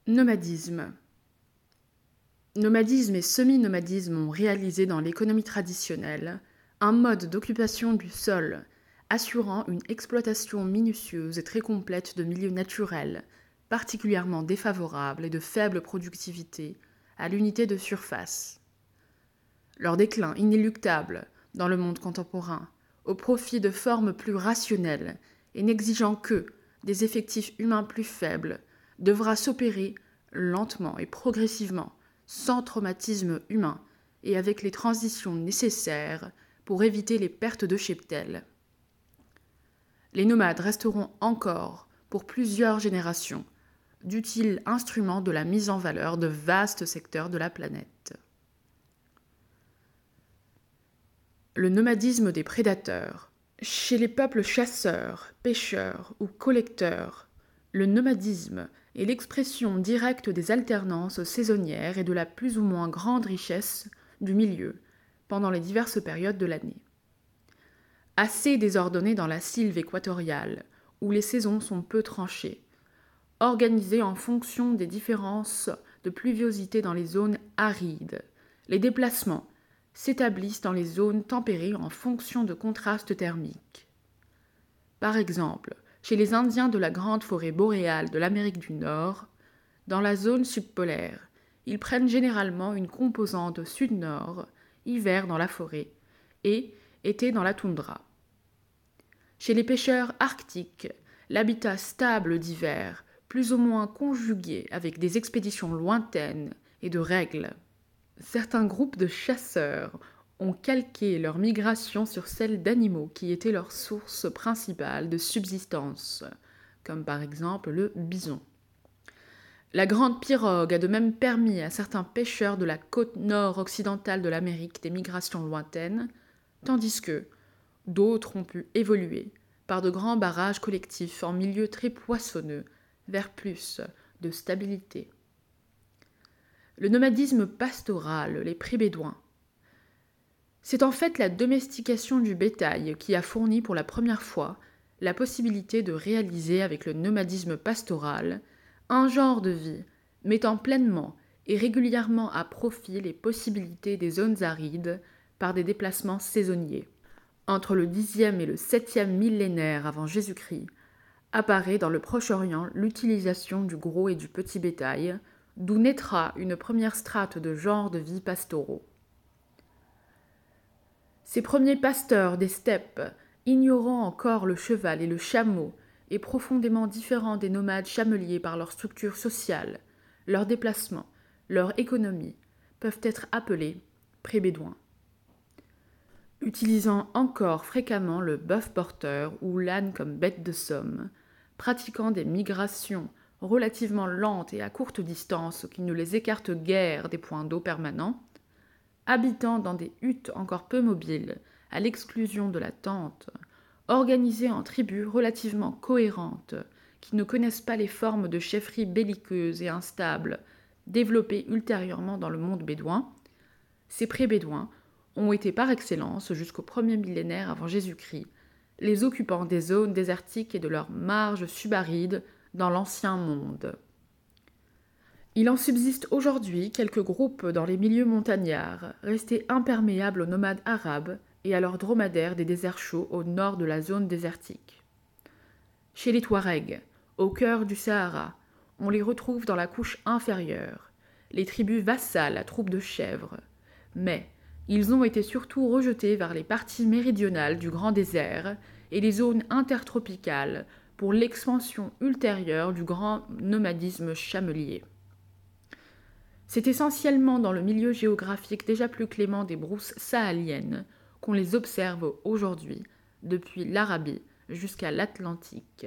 Nomadisme. Nomadisme et semi-nomadisme ont réalisé dans l'économie traditionnelle un mode d'occupation du sol assurant une exploitation minutieuse et très complète de milieux naturels, particulièrement défavorables et de faible productivité à l'unité de surface. Leur déclin inéluctable dans le monde contemporain, au profit de formes plus rationnelles et n'exigeant que des effectifs humains plus faibles, devra s'opérer lentement et progressivement, sans traumatisme humain et avec les transitions nécessaires pour éviter les pertes de cheptel. Les nomades resteront encore, pour plusieurs générations, d'utiles instruments de la mise en valeur de vastes secteurs de la planète. Le nomadisme des prédateurs. Chez les peuples chasseurs, pêcheurs ou collecteurs, le nomadisme est l'expression directe des alternances saisonnières et de la plus ou moins grande richesse du milieu pendant les diverses périodes de l'année. Assez désordonné dans la sylve équatoriale, où les saisons sont peu tranchées, organisé en fonction des différences de pluviosité dans les zones arides, les déplacements s'établissent dans les zones tempérées en fonction de contrastes thermiques. Par exemple, chez les Indiens de la grande forêt boréale de l'Amérique du Nord, dans la zone subpolaire, ils prennent généralement une composante sud-nord, hiver dans la forêt, et été dans la toundra. Chez les pêcheurs arctiques, l'habitat stable d'hiver, plus ou moins conjugué avec des expéditions lointaines et de règles. Certains groupes de chasseurs ont calqué leur migration sur celle d'animaux qui étaient leur source principale de subsistance, comme par exemple le bison. La grande pirogue a de même permis à certains pêcheurs de la côte nord-occidentale de l'Amérique des migrations lointaines, tandis que d'autres ont pu évoluer par de grands barrages collectifs en milieu très poissonneux vers plus de stabilité. Le nomadisme pastoral, les prébédouins. C'est en fait la domestication du bétail qui a fourni pour la première fois la possibilité de réaliser avec le nomadisme pastoral un genre de vie mettant pleinement et régulièrement à profit les possibilités des zones arides par des déplacements saisonniers. Entre le Xe et le VIIe millénaire avant Jésus-Christ, apparaît dans le Proche-Orient l'utilisation du gros et du petit bétail, d'où naîtra une première strate de genres de vie pastoraux. Ces premiers pasteurs des steppes, ignorant encore le cheval et le chameau, et profondément différents des nomades chameliers par leur structure sociale, leurs déplacements, leur économie, peuvent être appelés prébédouins. Utilisant encore fréquemment le bœuf porteur ou l'âne comme bête de somme, pratiquant des migrations relativement lentes et à courte distance qui ne les écartent guère des points d'eau permanents, habitant dans des huttes encore peu mobiles, à l'exclusion de la tente, organisés en tribus relativement cohérentes, qui ne connaissent pas les formes de chefferie belliqueuses et instables, développées ultérieurement dans le monde bédouin, ces pré-bédouins ont été par excellence, jusqu'au 1er millénaire avant Jésus-Christ, les occupants des zones désertiques et de leurs marges subarides dans l'ancien monde. Il en subsiste aujourd'hui quelques groupes dans les milieux montagnards, restés imperméables aux nomades arabes et à leurs dromadaires des déserts chauds au nord de la zone désertique. Chez les Touaregs, au cœur du Sahara, on les retrouve dans la couche inférieure, les tribus vassales à troupes de chèvres. Mais ils ont été surtout rejetés vers les parties méridionales du Grand Désert et les zones intertropicales pour l'expansion ultérieure du grand nomadisme chamelier. C'est essentiellement dans le milieu géographique déjà plus clément des brousses sahéliennes qu'on les observe aujourd'hui, depuis l'Arabie jusqu'à l'Atlantique.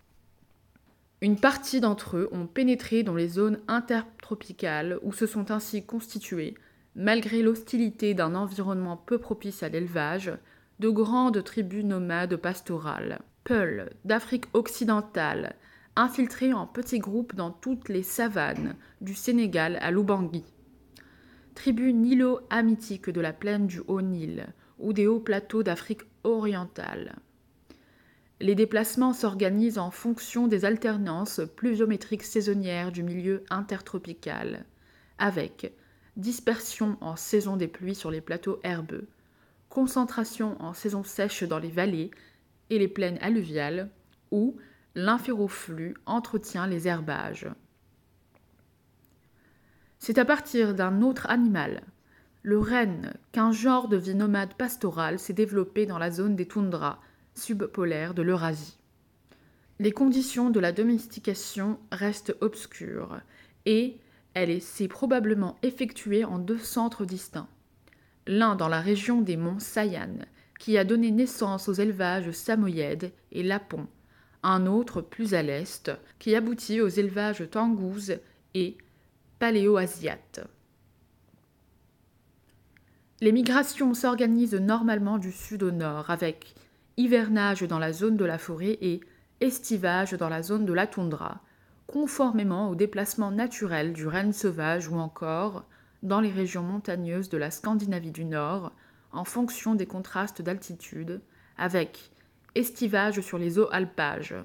Une partie d'entre eux ont pénétré dans les zones intertropicales où se sont ainsi constituées, malgré l'hostilité d'un environnement peu propice à l'élevage, de grandes tribus nomades pastorales, Peuls d'Afrique occidentale, infiltrés en petits groupes dans toutes les savanes, du Sénégal à l'Oubangui. Tribus nilo-hamitiques de la plaine du Haut-Nil ou des hauts plateaux d'Afrique orientale. Les déplacements s'organisent en fonction des alternances pluviométriques saisonnières du milieu intertropical, avec dispersion en saison des pluies sur les plateaux herbeux, concentration en saison sèche dans les vallées et les plaines alluviales, où l'inféroflux entretient les herbages. C'est à partir d'un autre animal, le renne, qu'un genre de vie nomade pastorale s'est développé dans la zone des toundras subpolaires de l'Eurasie. Les conditions de la domestication restent obscures et elle s'est probablement effectuée en deux centres distincts. L'un dans la région des monts Sayan, qui a donné naissance aux élevages samoyèdes et lapons, un autre plus à l'est, qui aboutit aux élevages tangouzes et paléo-asiates. Les migrations s'organisent normalement du sud au nord, avec hivernage dans la zone de la forêt et estivage dans la zone de la toundra, conformément au déplacement naturel du renne sauvage ou encore dans les régions montagneuses de la Scandinavie du Nord, en fonction des contrastes d'altitude, avec estivage sur les eaux alpages.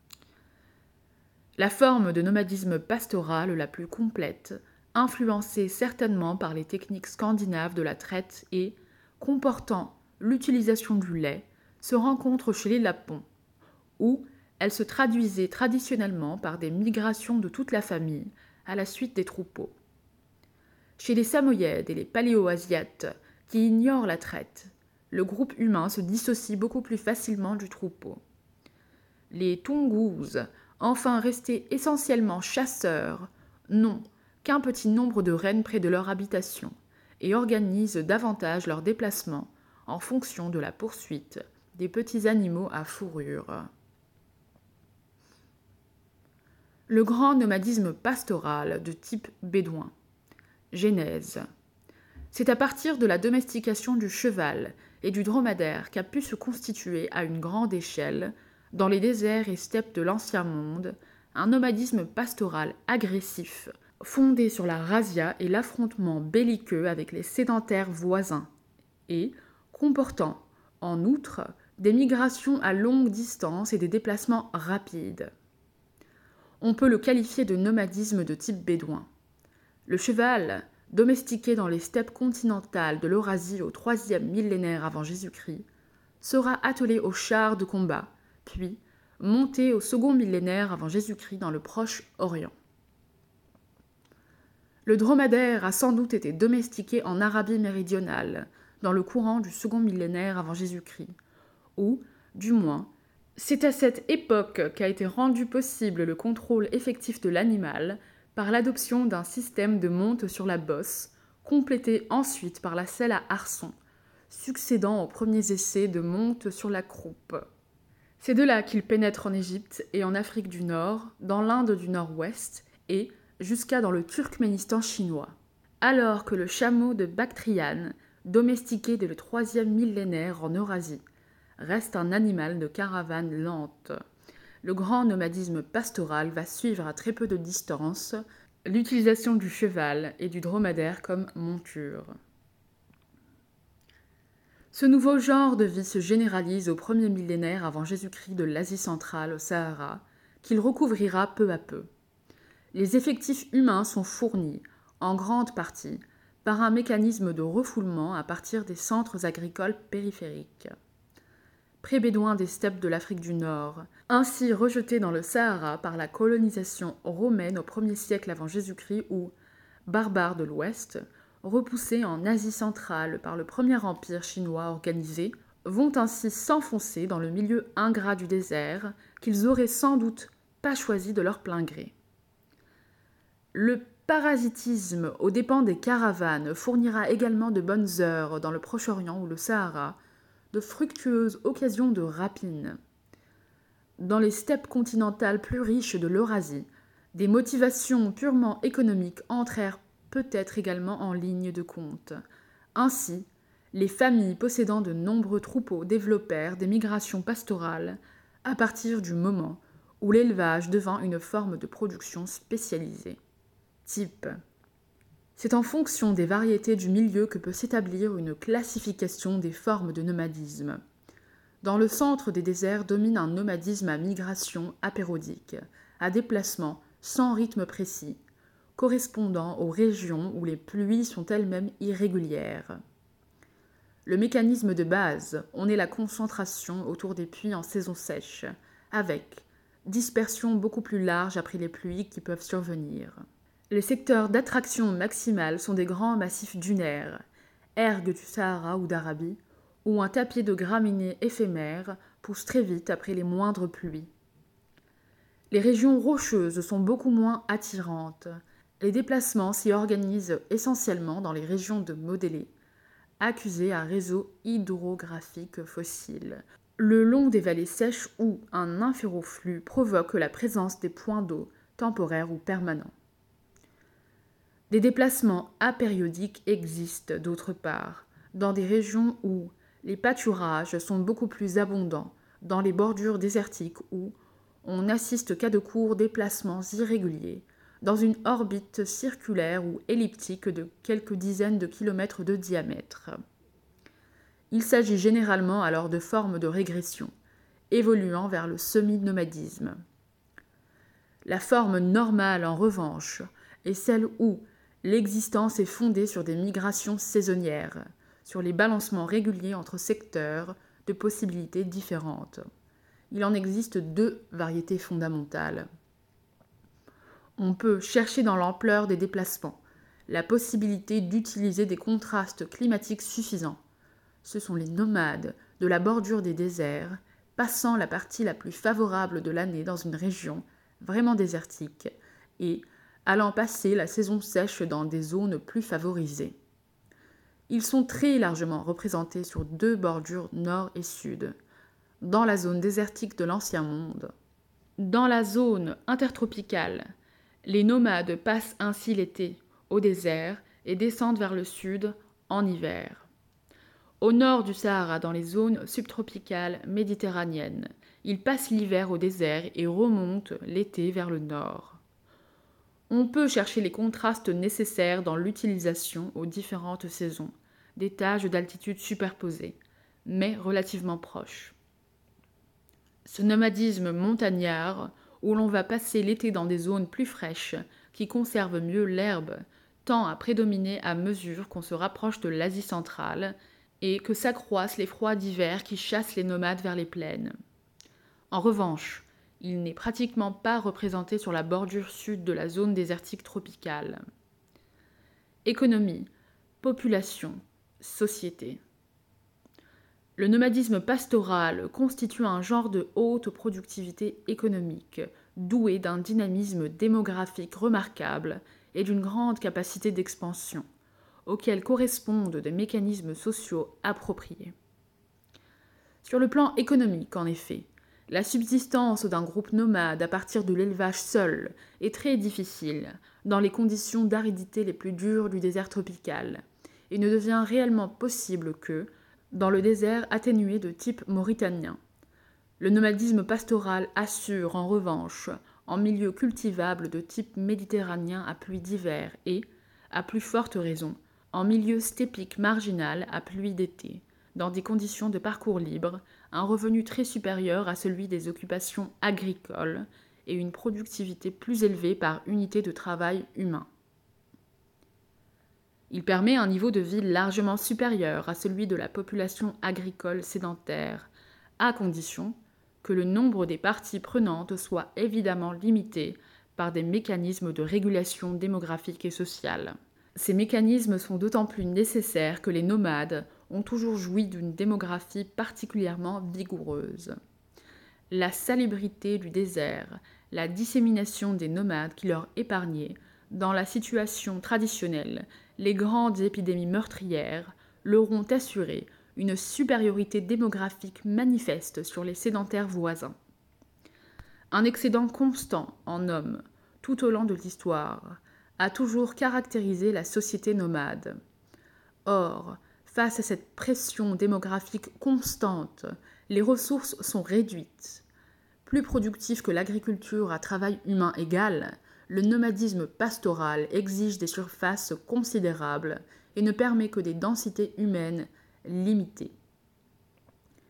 La forme de nomadisme pastoral la plus complète, influencée certainement par les techniques scandinaves de la traite et comportant l'utilisation du lait, se rencontre chez les Lapons, où elle se traduisait traditionnellement par des migrations de toute la famille à la suite des troupeaux. Chez les Samoyèdes et les Paléo-Asiates, qui ignorent la traite, le groupe humain se dissocie beaucoup plus facilement du troupeau. Les Tungus, enfin restés essentiellement chasseurs, n'ont qu'un petit nombre de rennes près de leur habitation et organisent davantage leurs déplacements en fonction de la poursuite des petits animaux à fourrure. Le grand nomadisme pastoral de type bédouin. Genèse. C'est à partir de la domestication du cheval et du dromadaire qu'a pu se constituer à une grande échelle, dans les déserts et steppes de l'Ancien Monde, un nomadisme pastoral agressif, fondé sur la razzia et l'affrontement belliqueux avec les sédentaires voisins, et comportant, en outre, des migrations à longue distance et des déplacements rapides. On peut le qualifier de nomadisme de type bédouin. Le cheval, domestiqué dans les steppes continentales de l'Eurasie au IIIe millénaire avant Jésus-Christ, sera attelé aux chars de combat, puis monté au second millénaire avant Jésus-Christ dans le Proche-Orient. Le dromadaire a sans doute été domestiqué en Arabie méridionale, dans le courant du second millénaire avant Jésus-Christ, ou, du moins, c'est à cette époque qu'a été rendu possible le contrôle effectif de l'animal par l'adoption d'un système de monte sur la bosse, complété ensuite par la selle à arçon, succédant aux premiers essais de monte sur la croupe. C'est de là qu'il pénètre en Égypte et en Afrique du Nord, dans l'Inde du Nord-Ouest et jusqu'à dans le Turkménistan chinois. Alors que le chameau de Bactriane, domestiqué dès le IIIe millénaire en Eurasie, reste un animal de caravane lente. Le grand nomadisme pastoral va suivre à très peu de distance l'utilisation du cheval et du dromadaire comme monture. Ce nouveau genre de vie se généralise au premier millénaire avant Jésus-Christ de l'Asie centrale au Sahara, qu'il recouvrira peu à peu. Les effectifs humains sont fournis, en grande partie, par un mécanisme de refoulement à partir des centres agricoles périphériques. Pré-bédouins des steppes de l'Afrique du Nord, ainsi rejetés dans le Sahara par la colonisation romaine au 1er siècle avant Jésus-Christ ou barbares de l'Ouest, repoussés en Asie centrale par le premier empire chinois organisé, vont ainsi s'enfoncer dans le milieu ingrat du désert qu'ils auraient sans doute pas choisi de leur plein gré. Le parasitisme aux dépens des caravanes fournira également de bonnes heures dans le Proche-Orient ou le Sahara, de fructueuses occasions de rapine. Dans les steppes continentales plus riches de l'Eurasie, des motivations purement économiques entrèrent peut-être également en ligne de compte. Ainsi, les familles possédant de nombreux troupeaux développèrent des migrations pastorales à partir du moment où l'élevage devint une forme de production spécialisée. Type. C'est en fonction des variétés du milieu que peut s'établir une classification des formes de nomadisme. Dans le centre des déserts domine un nomadisme à migration apérodique, à déplacement sans rythme précis, correspondant aux régions où les pluies sont elles-mêmes irrégulières. Le mécanisme de base, on est la concentration autour des puits en saison sèche, avec dispersion beaucoup plus large après les pluies qui peuvent survenir. Les secteurs d'attraction maximale sont des grands massifs dunaires, ergues du Sahara ou d'Arabie, où un tapier de graminées éphémères pousse très vite après les moindres pluies. Les régions rocheuses sont beaucoup moins attirantes. Les déplacements s'y organisent essentiellement dans les régions de modélés, accusées à réseau hydrographique fossile, le long des vallées sèches où un inféroflux provoque la présence des points d'eau temporaires ou permanents. Des déplacements apériodiques existent d'autre part, dans des régions où les pâturages sont beaucoup plus abondants, dans les bordures désertiques où on n'assiste qu'à de courts déplacements irréguliers, dans une orbite circulaire ou elliptique de quelques dizaines de kilomètres de diamètre. Il s'agit généralement alors de formes de régression, évoluant vers le semi-nomadisme. La forme normale, en revanche, est celle où l'existence est fondée sur des migrations saisonnières, sur les balancements réguliers entre secteurs de possibilités différentes. Il en existe deux variétés fondamentales. On peut chercher dans l'ampleur des déplacements la possibilité d'utiliser des contrastes climatiques suffisants. Ce sont les nomades de la bordure des déserts, passant la partie la plus favorable de l'année dans une région vraiment désertique et allant passer la saison sèche dans des zones plus favorisées. Ils sont très largement représentés sur deux bordures nord et sud, dans la zone désertique de l'Ancien Monde. Dans la zone intertropicale, les nomades passent ainsi l'été au désert et descendent vers le sud en hiver. Au nord du Sahara, dans les zones subtropicales méditerranéennes, ils passent l'hiver au désert et remontent l'été vers le nord. On peut chercher les contrastes nécessaires dans l'utilisation aux différentes saisons, d'étages d'altitude superposés, mais relativement proches. Ce nomadisme montagnard, où l'on va passer l'été dans des zones plus fraîches, qui conservent mieux l'herbe, tend à prédominer à mesure qu'on se rapproche de l'Asie centrale et que s'accroissent les froids d'hiver qui chassent les nomades vers les plaines. En revanche, il n'est pratiquement pas représenté sur la bordure sud de la zone désertique tropicale. Économie, population, société. Le nomadisme pastoral constitue un genre de haute productivité économique, doué d'un dynamisme démographique remarquable et d'une grande capacité d'expansion, auxquels correspondent des mécanismes sociaux appropriés. Sur le plan économique, en effet, la subsistance d'un groupe nomade à partir de l'élevage seul est très difficile dans les conditions d'aridité les plus dures du désert tropical et ne devient réellement possible que dans le désert atténué de type mauritanien. Le nomadisme pastoral assure, en revanche, en milieu cultivable de type méditerranéen à pluie d'hiver et, à plus forte raison, en milieu stépique marginal à pluie d'été, dans des conditions de parcours libre, un revenu très supérieur à celui des occupations agricoles et une productivité plus élevée par unité de travail humain. Il permet un niveau de vie largement supérieur à celui de la population agricole sédentaire, à condition que le nombre des parties prenantes soit évidemment limité par des mécanismes de régulation démographique et sociale. Ces mécanismes sont d'autant plus nécessaires que les nomades ont toujours joui d'une démographie particulièrement vigoureuse. La salubrité du désert, la dissémination des nomades qui leur épargnaient, dans la situation traditionnelle, les grandes épidémies meurtrières leur ont assuré une supériorité démographique manifeste sur les sédentaires voisins. Un excédent constant en hommes, tout au long de l'histoire, a toujours caractérisé la société nomade. Or, face à cette pression démographique constante, les ressources sont réduites. Plus productif que l'agriculture à travail humain égal, le nomadisme pastoral exige des surfaces considérables et ne permet que des densités humaines limitées.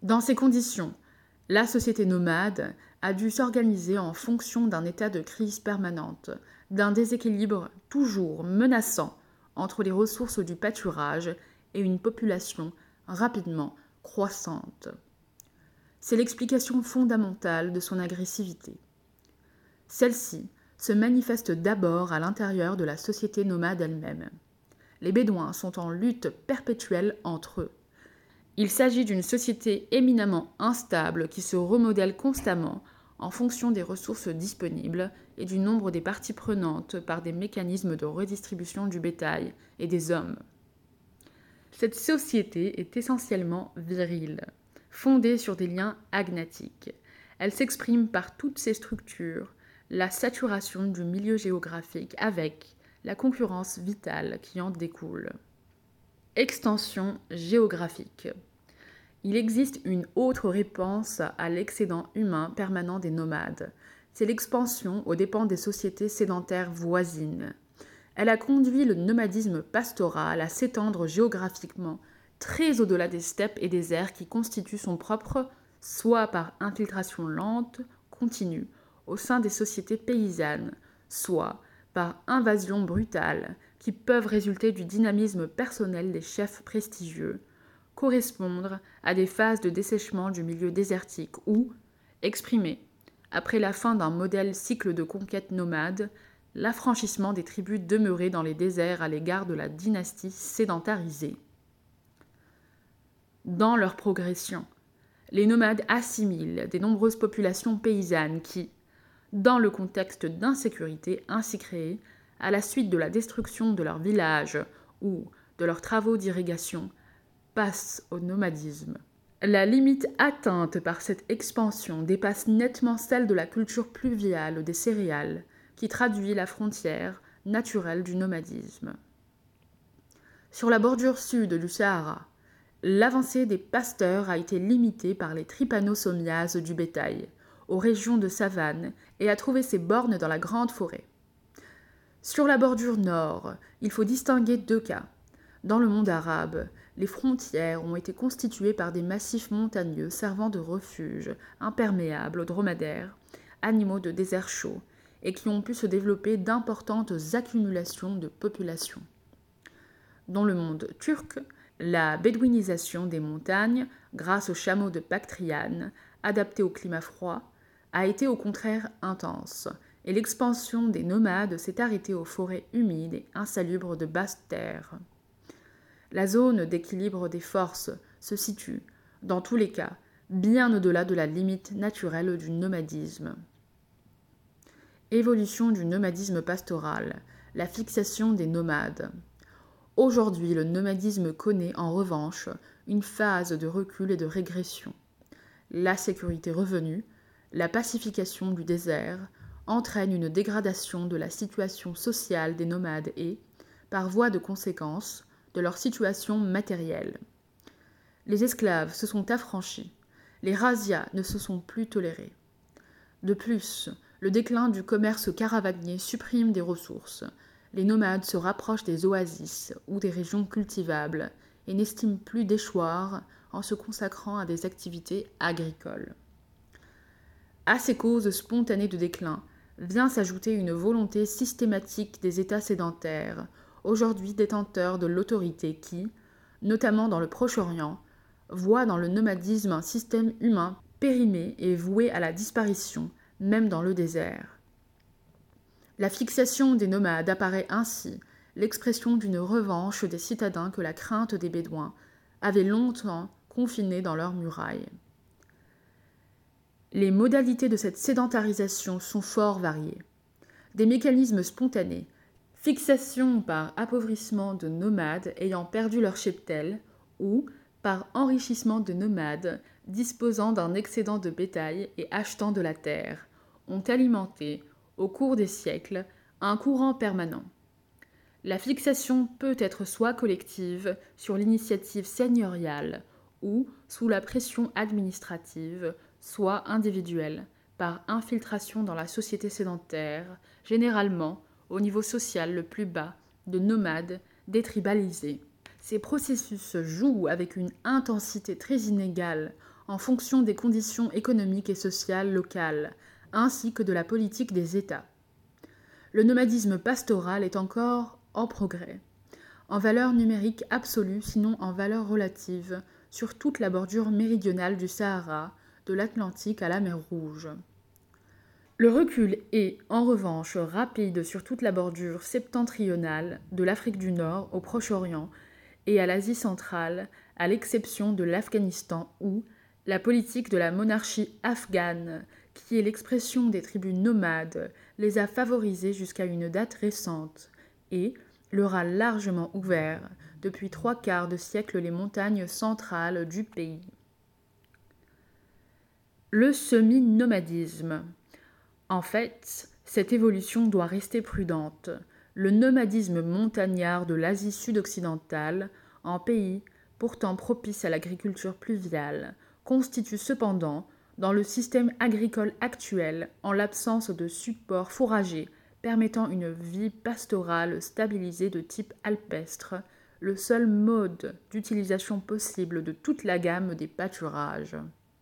Dans ces conditions, la société nomade a dû s'organiser en fonction d'un état de crise permanente, d'un déséquilibre toujours menaçant entre les ressources du pâturage et une population rapidement croissante. C'est l'explication fondamentale de son agressivité. Celle-ci se manifeste d'abord à l'intérieur de la société nomade elle-même. Les Bédouins sont en lutte perpétuelle entre eux. Il s'agit d'une société éminemment instable qui se remodèle constamment en fonction des ressources disponibles et du nombre des parties prenantes par des mécanismes de redistribution du bétail et des hommes. Cette société est essentiellement virile, fondée sur des liens agnatiques. Elle s'exprime par toutes ses structures, la saturation du milieu géographique avec la concurrence vitale qui en découle. Extension géographique. Il existe une autre réponse à l'excédent humain permanent des nomades. C'est l'expansion aux dépens des sociétés sédentaires voisines. Elle a conduit le nomadisme pastoral à s'étendre géographiquement très au-delà des steppes et déserts qui constituent son propre, soit par infiltration lente, continue, au sein des sociétés paysannes, soit par invasion brutale, qui peuvent résulter du dynamisme personnel des chefs prestigieux, correspondre à des phases de dessèchement du milieu désertique ou, exprimer, après la fin d'un modèle cycle de conquête nomade, l'affranchissement des tribus demeurées dans les déserts à l'égard de la dynastie sédentarisée. Dans leur progression, les nomades assimilent des nombreuses populations paysannes qui, dans le contexte d'insécurité ainsi créé, à la suite de la destruction de leur village ou de leurs travaux d'irrigation, passent au nomadisme. La limite atteinte par cette expansion dépasse nettement celle de la culture pluviale des céréales, qui traduit la frontière naturelle du nomadisme. Sur la bordure sud du Sahara, l'avancée des pasteurs a été limitée par les trypanosomiases du bétail, aux régions de savane et a trouvé ses bornes dans la grande forêt. Sur la bordure nord, il faut distinguer deux cas. Dans le monde arabe, les frontières ont été constituées par des massifs montagneux servant de refuge imperméables aux dromadaires, animaux de désert chaud, et qui ont pu se développer d'importantes accumulations de population. Dans le monde turc, la bédouinisation des montagnes, grâce aux chameaux de Bactriane, adaptés au climat froid, a été au contraire intense, et l'expansion des nomades s'est arrêtée aux forêts humides et insalubres de basse terre. La zone d'équilibre des forces se situe, dans tous les cas, bien au-delà de la limite naturelle du nomadisme. Évolution du nomadisme pastoral, la fixation des nomades. Aujourd'hui, le nomadisme connaît en revanche une phase de recul et de régression. La sécurité revenue, la pacification du désert entraîne une dégradation de la situation sociale des nomades et, par voie de conséquence, de leur situation matérielle. Les esclaves se sont affranchis, les razzias ne se sont plus tolérés. De plus, le déclin du commerce caravanier supprime des ressources. Les nomades se rapprochent des oasis ou des régions cultivables et n'estiment plus d'échoir en se consacrant à des activités agricoles. À ces causes spontanées de déclin vient s'ajouter une volonté systématique des États sédentaires, aujourd'hui détenteurs de l'autorité qui, notamment dans le Proche-Orient, voient dans le nomadisme un système humain périmé et voué à la disparition, même dans le désert. La fixation des nomades apparaît ainsi l'expression d'une revanche des citadins que la crainte des Bédouins avait longtemps confinés dans leurs murailles. Les modalités de cette sédentarisation sont fort variées. Des mécanismes spontanés, fixation par appauvrissement de nomades ayant perdu leur cheptel ou par enrichissement de nomades disposant d'un excédent de bétail et achetant de la terre, ont alimenté, au cours des siècles, un courant permanent. La fixation peut être soit collective, sur l'initiative seigneuriale, ou sous la pression administrative, soit individuelle, par infiltration dans la société sédentaire, généralement au niveau social le plus bas, de nomades détribalisés. Ces processus se jouent avec une intensité très inégale en fonction des conditions économiques et sociales locales, ainsi que de la politique des États. Le nomadisme pastoral est encore en progrès, en valeur numérique absolue sinon en valeur relative, sur toute la bordure méridionale du Sahara, de l'Atlantique à la mer Rouge. Le recul est, en revanche, rapide sur toute la bordure septentrionale, de l'Afrique du Nord au Proche-Orient et à l'Asie centrale, à l'exception de l'Afghanistan où la politique de la monarchie afghane, qui est l'expression des tribus nomades, les a favorisés jusqu'à une date récente et leur a largement ouvert depuis 3/4 de siècle les montagnes centrales du pays. Le semi-nomadisme. En fait, cette évolution doit rester prudente. Le nomadisme montagnard de l'Asie sud-occidentale, en pays pourtant propice à l'agriculture pluviale, constitue cependant, dans le système agricole actuel, en l'absence de support fourrager permettant une vie pastorale stabilisée de type alpestre, le seul mode d'utilisation possible de toute la gamme des pâturages.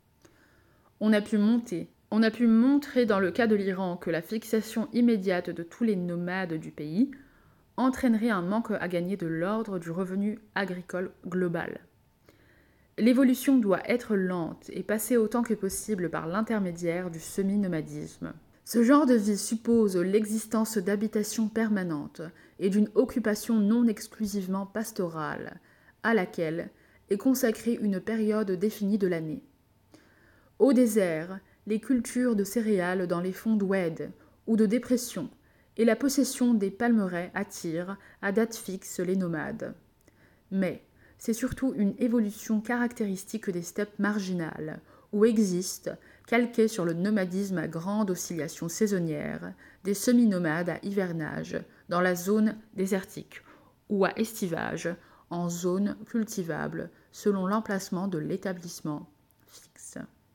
On a pu montrer dans le cas de l'Iran que la fixation immédiate de tous les nomades du pays entraînerait un manque à gagner de l'ordre du revenu agricole global. L'évolution doit être lente et passer autant que possible par l'intermédiaire du semi-nomadisme. Ce genre de vie suppose l'existence d'habitations permanentes et d'une occupation non exclusivement pastorale, à laquelle est consacrée une période définie de l'année. Au désert, les cultures de céréales dans les fonds d'oued ou de dépression et la possession des palmeraies attirent à date fixe les nomades. Mais c'est surtout une évolution caractéristique des steppes marginales, où existent, calqués sur le nomadisme à grande oscillation saisonnière, des semi-nomades à hivernage dans la zone désertique ou à estivage en zone cultivable selon l'emplacement de l'établissement fixe.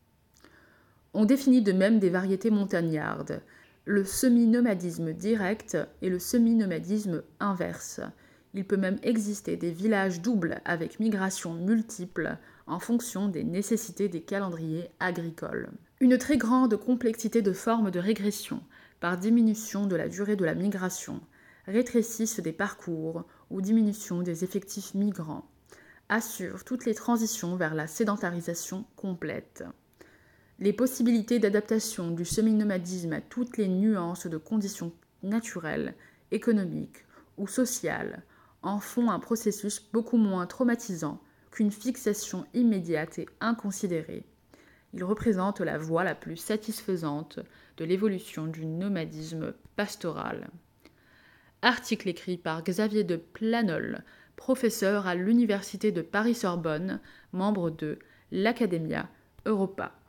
On définit de même des variétés montagnardes, le semi-nomadisme direct et le semi-nomadisme inverse. Il peut même exister des villages doubles avec migration multiple en fonction des nécessités des calendriers agricoles. Une très grande complexité de formes de régression, par diminution de la durée de la migration, rétrécissent des parcours ou diminution des effectifs migrants, assurent toutes les transitions vers la sédentarisation complète. Les possibilités d'adaptation du semi-nomadisme à toutes les nuances de conditions naturelles, économiques ou sociales en font un processus beaucoup moins traumatisant qu'une fixation immédiate et inconsidérée. Il représente la voie la plus satisfaisante de l'évolution du nomadisme pastoral. Article écrit par Xavier de Planol, professeur à l'Université de Paris-Sorbonne, membre de l'Academia Europa.